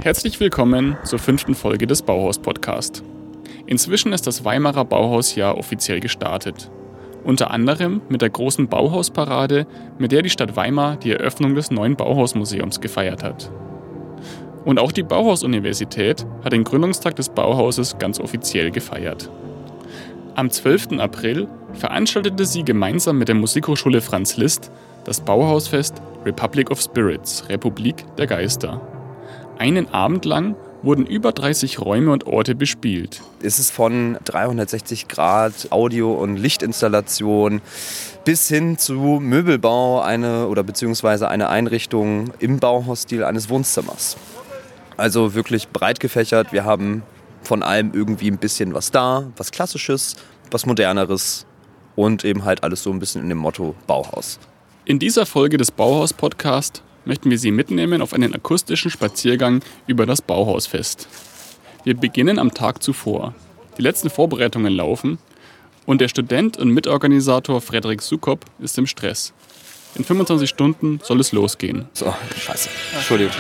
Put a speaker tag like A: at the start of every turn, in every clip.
A: Herzlich willkommen zur 5. Folge des Bauhaus-Podcast. Inzwischen ist das Weimarer Bauhausjahr offiziell gestartet. Unter anderem mit der großen Bauhausparade, mit der die Stadt Weimar die Eröffnung des neuen Bauhausmuseums gefeiert hat. Und auch die Bauhaus-Universität hat den Gründungstag des Bauhauses ganz offiziell gefeiert. Am 12. April veranstaltete sie gemeinsam mit der Musikhochschule Franz Liszt das Bauhausfest Republic of Spirits, Republik der Geister. Einen Abend lang wurden über 30 Räume und Orte bespielt.
B: Es ist von 360 Grad Audio- und Lichtinstallation bis hin zu Möbelbau beziehungsweise eine Einrichtung im Bauhausstil eines Wohnzimmers. Also wirklich breit gefächert. Wir haben von allem irgendwie ein bisschen was da, was Klassisches, was Moderneres und eben halt alles so ein bisschen in dem Motto Bauhaus.
A: In dieser Folge des Bauhaus-Podcast möchten wir Sie mitnehmen auf einen akustischen Spaziergang über das Bauhausfest. Wir beginnen am Tag zuvor. Die letzten Vorbereitungen laufen und der Student und Mitorganisator Frederik Sukop ist im Stress. In 25 Stunden soll es losgehen.
B: So, scheiße. Entschuldigung.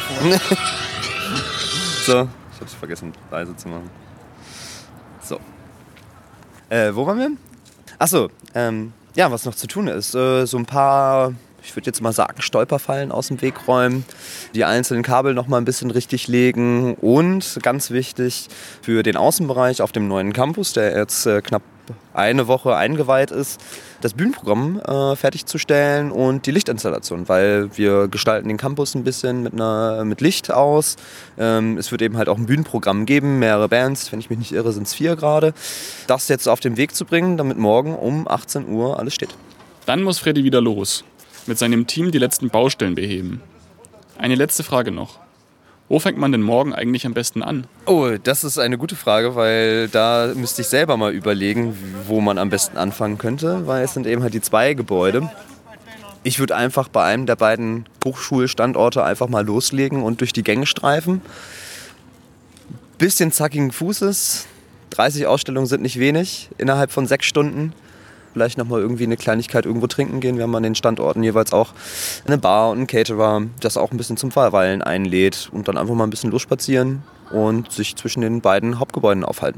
B: So, ich hab's vergessen, leise zu machen. So. Wo waren wir? Achso, was noch zu tun ist. So ein paar, ich würde jetzt mal sagen, Stolperfallen aus dem Weg räumen, die einzelnen Kabel noch mal ein bisschen richtig legen und ganz wichtig für den Außenbereich auf dem neuen Campus, der jetzt knapp eine Woche eingeweiht ist, das Bühnenprogramm fertigzustellen und die Lichtinstallation, weil wir gestalten den Campus ein bisschen mit Licht aus. Es wird eben halt auch ein Bühnenprogramm geben, mehrere Bands, wenn ich mich nicht irre, sind es 4 gerade. Das jetzt auf den Weg zu bringen, damit morgen um 18 Uhr alles steht.
A: Dann muss Freddy wieder los, mit seinem Team die letzten Baustellen beheben. Eine letzte Frage noch. Wo fängt man denn morgen eigentlich am besten an?
B: Oh, das ist eine gute Frage, weil da müsste ich selber mal überlegen, wo man am besten anfangen könnte, weil es sind eben halt die 2 Gebäude. Ich würde einfach bei einem der beiden Hochschulstandorte einfach mal loslegen und durch die Gänge streifen. Bisschen zackigen Fußes, 30 Ausstellungen sind nicht wenig, innerhalb von 6 Stunden. Vielleicht nochmal irgendwie eine Kleinigkeit irgendwo trinken gehen. Wir haben an den Standorten jeweils auch eine Bar und einen Caterer, das auch ein bisschen zum Verweilen einlädt und dann einfach mal ein bisschen losspazieren und sich zwischen den beiden Hauptgebäuden aufhalten.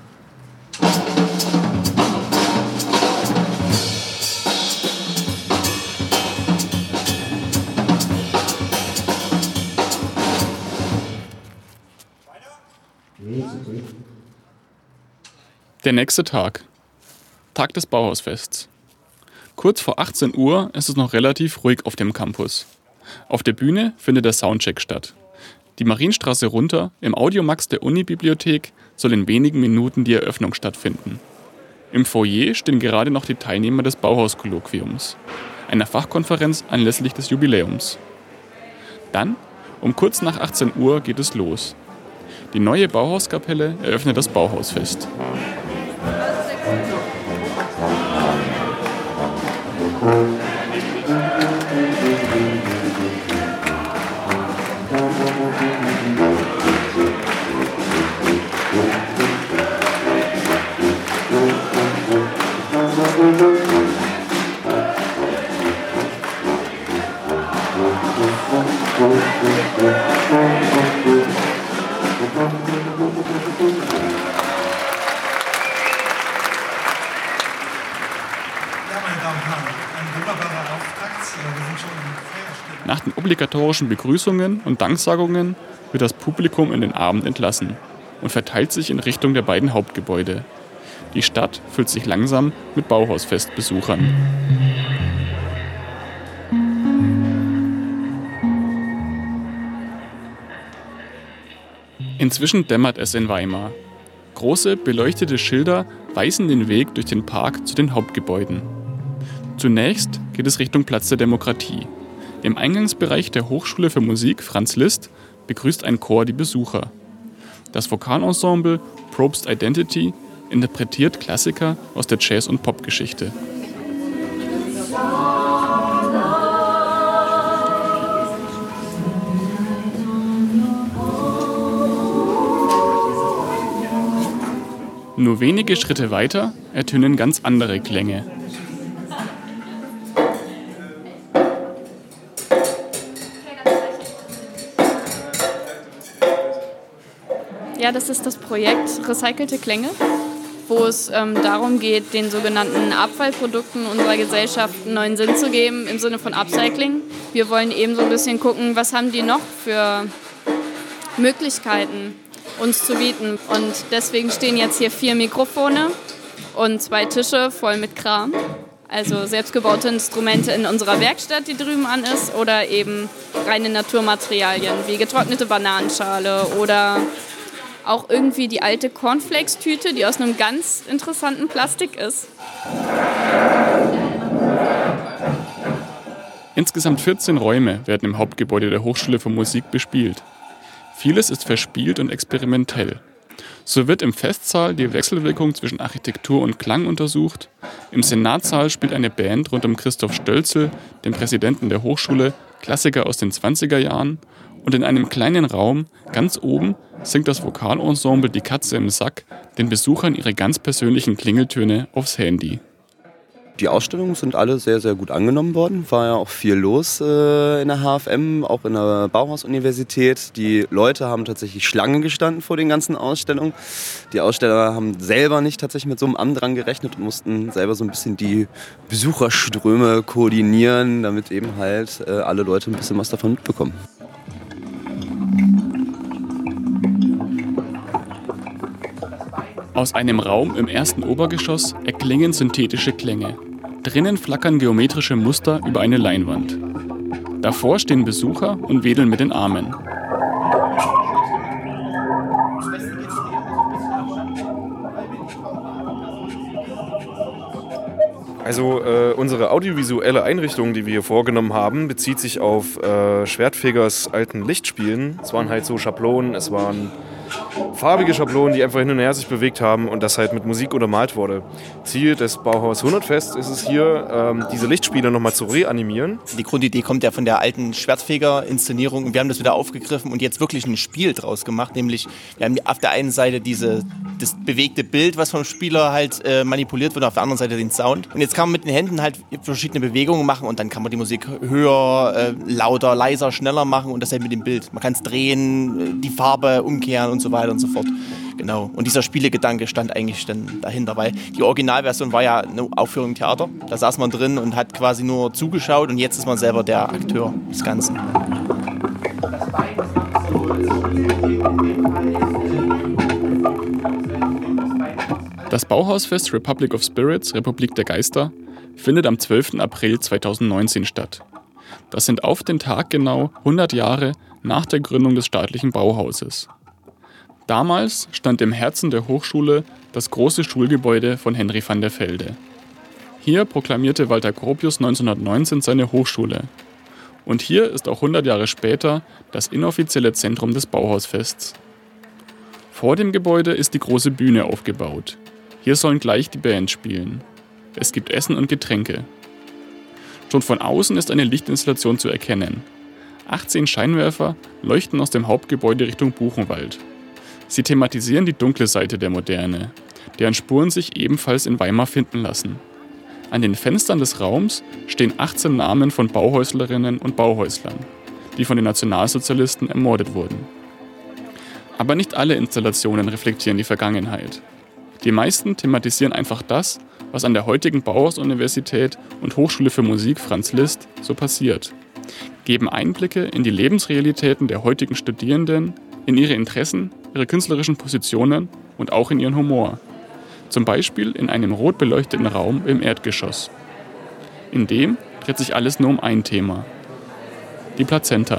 A: Der nächste Tag. Tag des Bauhausfests. Kurz vor 18 Uhr ist es noch relativ ruhig auf dem Campus. Auf der Bühne findet der Soundcheck statt. Die Marienstraße runter, im Audiomax der Unibibliothek, soll in wenigen Minuten die Eröffnung stattfinden. Im Foyer stehen gerade noch die Teilnehmer des Bauhaus-Kolloquiums, einer Fachkonferenz anlässlich des Jubiläums. Dann, um kurz nach 18 Uhr, geht es los. Die neue Bauhauskapelle eröffnet das Bauhausfest. Nach den obligatorischen Begrüßungen und Danksagungen wird das Publikum in den Abend entlassen und verteilt sich in Richtung der beiden Hauptgebäude. Die Stadt füllt sich langsam mit Bauhausfestbesuchern. Inzwischen dämmert es in Weimar. Große, beleuchtete Schilder weisen den Weg durch den Park zu den Hauptgebäuden. Zunächst geht es Richtung Platz der Demokratie. Im Eingangsbereich der Hochschule für Musik Franz Liszt begrüßt ein Chor die Besucher. Das Vokalensemble Probst Identity interpretiert Klassiker aus der Jazz- und Popgeschichte. Nur wenige Schritte weiter ertönen ganz andere Klänge.
C: Ja, das ist das Projekt Recycelte Klänge, wo es darum geht, den sogenannten Abfallprodukten unserer Gesellschaft einen neuen Sinn zu geben, im Sinne von Upcycling. Wir wollen eben so ein bisschen gucken, was haben die noch für Möglichkeiten, uns zu bieten. Und deswegen stehen jetzt hier 4 Mikrofone und 2 Tische voll mit Kram. Also selbstgebaute Instrumente in unserer Werkstatt, die drüben an ist, oder eben reine Naturmaterialien wie getrocknete Bananenschale oder auch irgendwie die alte Cornflakes-Tüte, die aus einem ganz interessanten Plastik ist.
A: Insgesamt 14 Räume werden im Hauptgebäude der Hochschule für Musik bespielt. Vieles ist verspielt und experimentell. So wird im Festsaal die Wechselwirkung zwischen Architektur und Klang untersucht. Im Senatssaal spielt eine Band rund um Christoph Stölzel, den Präsidenten der Hochschule, Klassiker aus den 20er Jahren. Und in einem kleinen Raum, ganz oben, singt das Vokalensemble Die Katze im Sack den Besuchern ihre ganz persönlichen Klingeltöne aufs Handy.
B: Die Ausstellungen sind alle sehr, sehr gut angenommen worden. War ja auch viel los in der HFM, auch in der Bauhaus-Universität. Die Leute haben tatsächlich Schlange gestanden vor den ganzen Ausstellungen. Die Aussteller haben selber nicht tatsächlich mit so einem Andrang gerechnet und mussten selber so ein bisschen die Besucherströme koordinieren, damit eben halt alle Leute ein bisschen was davon mitbekommen.
A: Aus einem Raum im ersten Obergeschoss erklingen synthetische Klänge. Drinnen flackern geometrische Muster über eine Leinwand. Davor stehen Besucher und wedeln mit den Armen.
D: Also unsere audiovisuelle Einrichtung, die wir hier vorgenommen haben, bezieht sich auf Schwertfegers alten Lichtspielen. Es waren halt so Schablonen, es waren farbige Schablonen, die einfach hin und her sich bewegt haben und das halt mit Musik untermalt wurde. Ziel des Bauhaus 100 Fest ist es hier, diese Lichtspiele nochmal zu reanimieren.
E: Die Grundidee kommt ja von der alten Schwertfeger-Inszenierung und wir haben das wieder aufgegriffen und jetzt wirklich ein Spiel draus gemacht, nämlich wir haben auf der einen Seite das bewegte Bild, was vom Spieler halt manipuliert wird, und auf der anderen Seite den Sound. Und jetzt kann man mit den Händen halt verschiedene Bewegungen machen und dann kann man die Musik höher, lauter, leiser, schneller machen und das halt mit dem Bild. Man kann es drehen, die Farbe umkehren und so weiter und so fort. Genau. Und dieser Spielegedanke stand eigentlich dann dahinter, weil die Originalversion war ja eine Aufführung im Theater. Da saß man drin und hat quasi nur zugeschaut und jetzt ist man selber der Akteur des Ganzen.
A: Das Bauhausfest Republic of Spirits, Republik der Geister, findet am 12. April 2019 statt. Das sind auf den Tag genau 100 Jahre nach der Gründung des staatlichen Bauhauses. Damals stand im Herzen der Hochschule das große Schulgebäude von Henry van der Velde. Hier proklamierte Walter Gropius 1919 seine Hochschule. Und hier ist auch 100 Jahre später das inoffizielle Zentrum des Bauhausfests. Vor dem Gebäude ist die große Bühne aufgebaut. Hier sollen gleich die Bands spielen. Es gibt Essen und Getränke. Schon von außen ist eine Lichtinstallation zu erkennen. 18 Scheinwerfer leuchten aus dem Hauptgebäude Richtung Buchenwald. Sie thematisieren die dunkle Seite der Moderne, deren Spuren sich ebenfalls in Weimar finden lassen. An den Fenstern des Raums stehen 18 Namen von Bauhäuslerinnen und Bauhäuslern, die von den Nationalsozialisten ermordet wurden. Aber nicht alle Installationen reflektieren die Vergangenheit. Die meisten thematisieren einfach das, was an der heutigen Bauhaus-Universität und Hochschule für Musik Franz Liszt so passiert, geben Einblicke in die Lebensrealitäten der heutigen Studierenden, in ihre Interessen, ihre künstlerischen Positionen und auch in ihren Humor. Zum Beispiel in einem rot beleuchteten Raum im Erdgeschoss. In dem dreht sich alles nur um ein Thema: die Plazenta.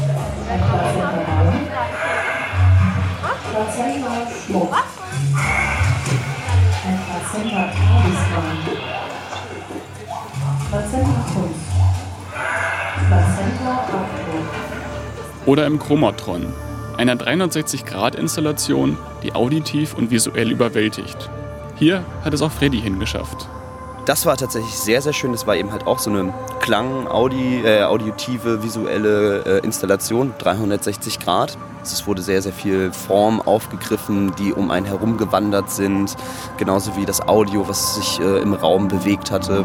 A: Oder im Chromatron, einer 360-Grad-Installation, die auditiv und visuell überwältigt. Hier hat es auch Freddy hingeschafft.
B: Das war tatsächlich sehr, sehr schön. Das war eben halt auch so eine auditive, visuelle Installation, 360 Grad. Es wurde sehr, sehr viel Form aufgegriffen, die um einen herum gewandert sind. Genauso wie das Audio, was sich im Raum bewegt hatte.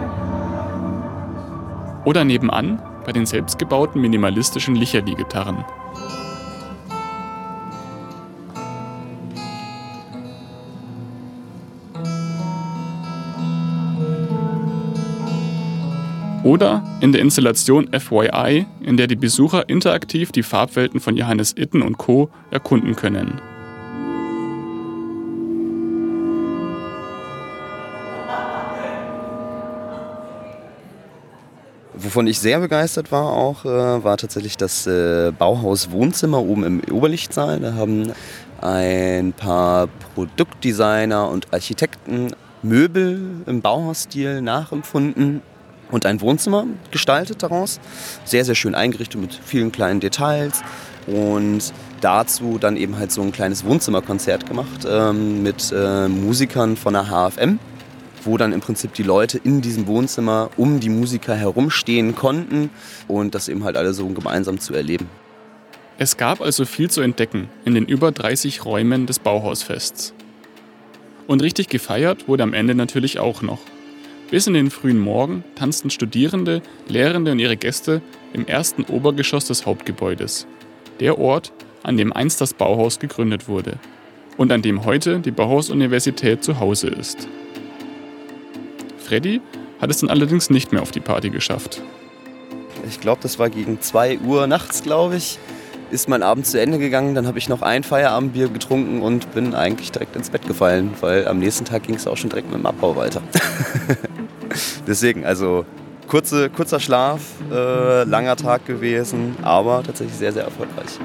A: Oder nebenan bei den selbstgebauten minimalistischen Licherli-Gitarren. Oder in der Installation FYI, in der die Besucher interaktiv die Farbwelten von Johannes Itten und Co. erkunden können.
B: Wovon ich sehr begeistert war auch, war tatsächlich das Bauhaus-Wohnzimmer oben im Oberlichtsaal. Da haben ein paar Produktdesigner und Architekten Möbel im Bauhausstil nachempfunden und ein Wohnzimmer gestaltet daraus. Sehr, sehr schön eingerichtet mit vielen kleinen Details und dazu dann eben halt so ein kleines Wohnzimmerkonzert gemacht mit Musikern von der HFM, wo dann im Prinzip die Leute in diesem Wohnzimmer um die Musiker herumstehen konnten und das eben halt alle so gemeinsam zu erleben.
A: Es gab also viel zu entdecken in den über 30 Räumen des Bauhausfests. Und richtig gefeiert wurde am Ende natürlich auch noch. Bis in den frühen Morgen tanzten Studierende, Lehrende und ihre Gäste im ersten Obergeschoss des Hauptgebäudes. Der Ort, an dem einst das Bauhaus gegründet wurde und an dem heute die Bauhaus-Universität zu Hause ist. Freddy hat es dann allerdings nicht mehr auf die Party geschafft.
B: Ich glaube, das war gegen 2 Uhr nachts, glaube ich, ist mein Abend zu Ende gegangen. Dann habe ich noch ein Feierabendbier getrunken und bin eigentlich direkt ins Bett gefallen, weil am nächsten Tag ging es auch schon direkt mit dem Abbau weiter. Deswegen, also kurzer Schlaf, langer Tag gewesen, aber tatsächlich sehr, sehr erfolgreich.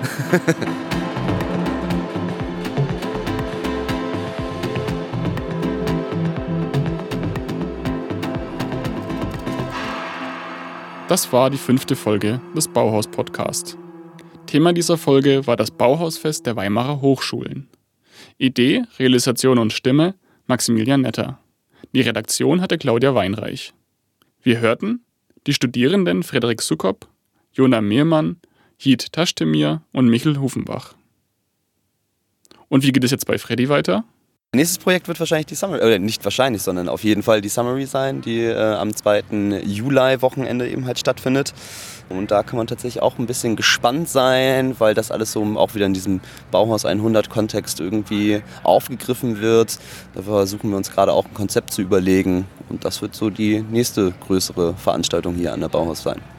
A: Das war die 5. Folge des Bauhaus-Podcast. Thema dieser Folge war das Bauhausfest der Weimarer Hochschulen. Idee, Realisation und Stimme Maximilian Netter. Die Redaktion hatte Claudia Weinreich. Wir hörten die Studierenden Frederik Suckop, Jona Mehrmann, Jit Taschtemir und Michel Hufenbach. Und wie geht es jetzt bei Freddy weiter?
B: Nächstes Projekt wird wahrscheinlich die Summary, oder nicht wahrscheinlich, sondern auf jeden Fall die Summary sein, die am 2. Juli-Wochenende eben halt stattfindet. Und da kann man tatsächlich auch ein bisschen gespannt sein, weil das alles so auch wieder in diesem Bauhaus 100-Kontext irgendwie aufgegriffen wird. Da versuchen wir uns gerade auch ein Konzept zu überlegen. Und das wird so die nächste größere Veranstaltung hier an der Bauhaus sein.